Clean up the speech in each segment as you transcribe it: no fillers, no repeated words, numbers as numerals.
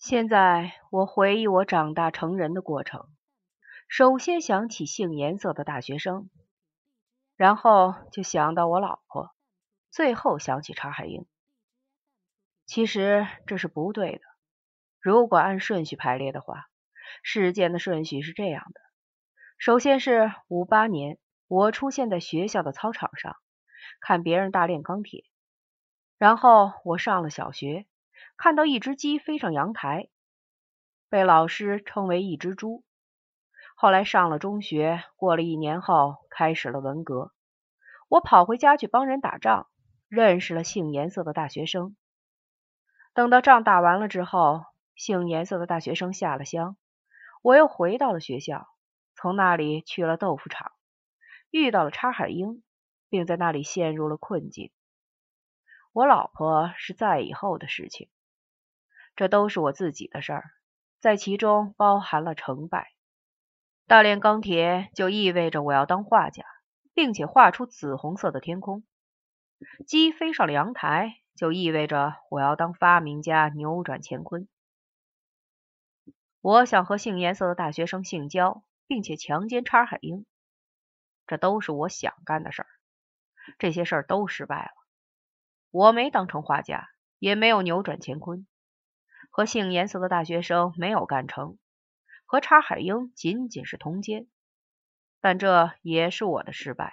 现在我回忆我长大成人的过程，首先想起杏颜色的大学生，然后就想到我老婆，最后想起查海英。其实这是不对的。如果按顺序排列的话，事件的顺序是这样的：首先是58年，我出现在学校的操场上，看别人大炼钢铁。然后我上了小学，看到一只鸡飞上阳台，被老师称为一只猪。后来上了中学，过了1年后，开始了文革。我跑回家去帮人打仗，认识了杏颜色的大学生。等到仗打完了之后，杏颜色的大学生下了乡，我又回到了学校，从那里去了豆腐厂，遇到了查海英，并在那里陷入了困境。我老婆是在以后的事情，这都是我自己的事儿，在其中包含了成败。大炼钢铁就意味着我要当画家，并且画出紫红色的天空。鸡飞上了阳台，就意味着我要当发明家，扭转乾坤。我想和杏颜色的大学生性交，并且强奸查海英，这都是我想干的事儿。这些事儿都失败了，我没当成画家，也没有扭转乾坤。和杏颜色的大学生没有干成，和查海英仅仅是通奸，但这也是我的失败。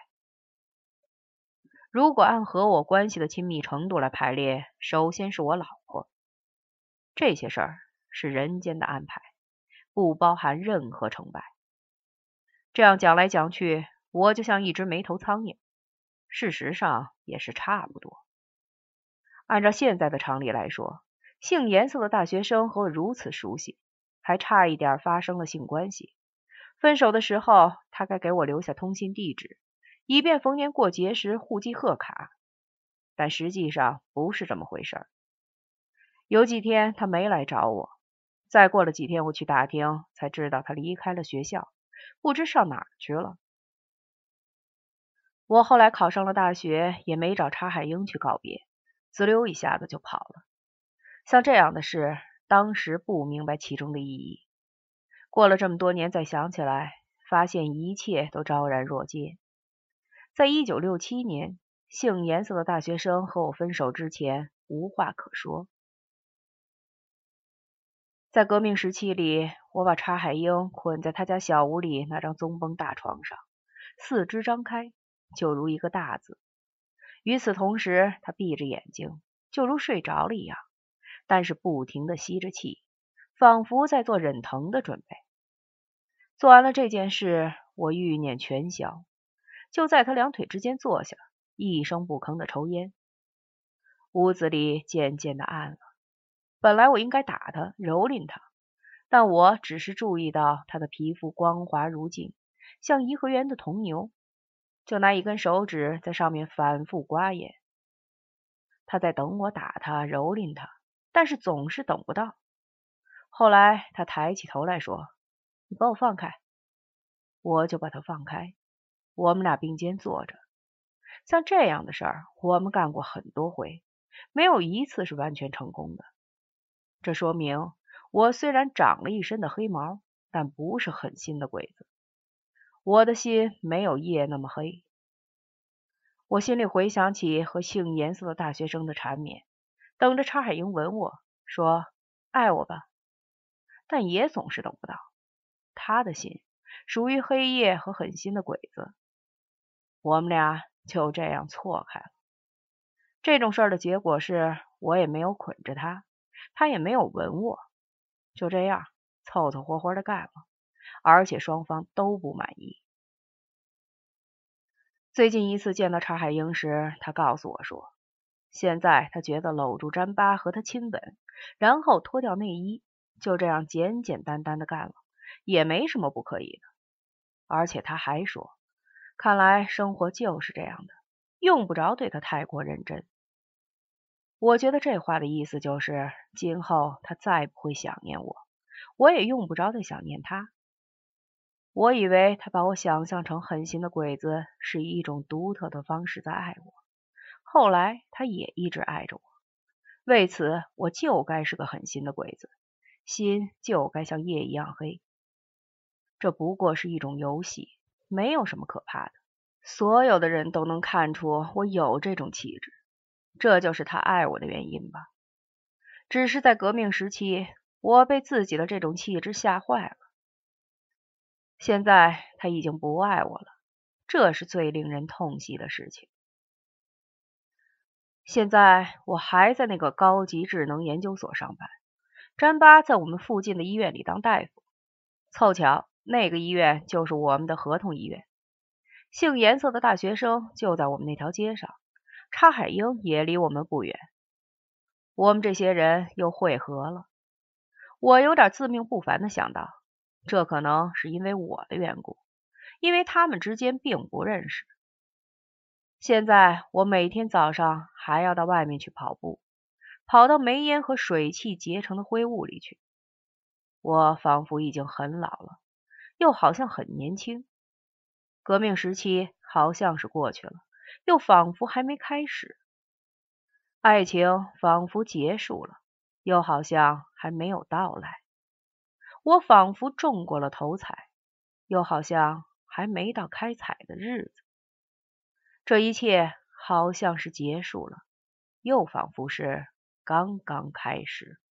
如果按和我关系的亲密程度来排列，首先是我老婆。这些事儿是人间的安排，不包含任何成败。这样讲来讲去，我就像一只没头苍蝇，事实上也是差不多。按照现在的常理来说，杏颜色的大学生和我如此熟悉，还差一点发生了性关系。分手的时候，他该给我留下通信地址，以便逢年过节时互寄贺卡。但实际上不是这么回事儿。有几天他没来找我，再过了几天我去打听，才知道他离开了学校，不知上哪儿去了。我后来考上了大学，也没找查海英去告别，滋溜一下子就跑了。像这样的事，当时不明白其中的意义。过了这么多年再想起来，发现一切都昭然若揭。在1967年，杏颜色的大学生和我分手之前，无话可说。在革命时期里，我把查海英捆在他家小屋里那张棕绷大床上，四肢张开，就如一个大字。与此同时，他闭着眼睛，就如睡着了一样，但是不停地吸着气，仿佛在做忍疼的准备。做完了这件事，我欲念全消，就在他两腿之间坐下，一声不吭地抽烟。屋子里渐渐的暗了。本来我应该打他，蹂躏他，但我只是注意到他的皮肤光滑如镜，像颐和园的铜牛，就拿一根手指在上面反复刮眼。他在等我打他，蹂躏他，但是总是等不到。后来他抬起头来说：“你把我放开。”我就把他放开，我们俩并肩坐着。像这样的事儿，我们干过很多回，没有一次是完全成功的。这说明我虽然长了一身的黑毛，但不是狠心的鬼子。我的心没有夜那么黑。我心里回想起和杏颜色的大学生的缠绵，等着查海英吻我，说爱我吧，但也总是等不到。他的心属于黑夜和狠心的鬼子，我们俩就这样错开了。这种事儿的结果是我也没有捆着他，他也没有吻我，就这样凑凑合合的干了，而且双方都不满意。最近一次见到查海英时，他告诉我说，现在他觉得搂住詹巴和他亲吻，然后脱掉内衣，就这样简简单单的干了，也没什么不可以的。而且他还说，看来生活就是这样的，用不着对他太过认真。我觉得这话的意思就是，今后他再不会想念我，我也用不着再想念他。我以为他把我想象成狠心的鬼子，是以一种独特的方式在爱我。后来他也一直爱着我，为此我就该是个狠心的鬼子， 心就该像夜一样黑。这不过是一种游戏，没有什么可怕的。所有的人都能看出我有这种气质，这就是他爱我的原因吧。只是在革命时期，我被自己的这种气质吓坏了。现在他已经不爱我了，这是最令人痛惜的事情。现在我还在那个高级智能研究所上班，詹巴在我们附近的医院里当大夫。凑巧那个医院就是我们的合同医院，姓颜色的大学生就在我们那条街上，插海英也离我们不远。我们这些人又会合了。我有点自命不凡的想到，这可能是因为我的缘故，因为他们之间并不认识。现在我每天早上还要到外面去跑步，跑到煤烟和水汽结成的灰雾里去。我仿佛已经很老了，又好像很年轻。革命时期好像是过去了，又仿佛还没开始。爱情仿佛结束了，又好像还没有到来。我仿佛中过了头彩，又好像还没到开彩的日子。这一切好像是结束了，又仿佛是刚刚开始。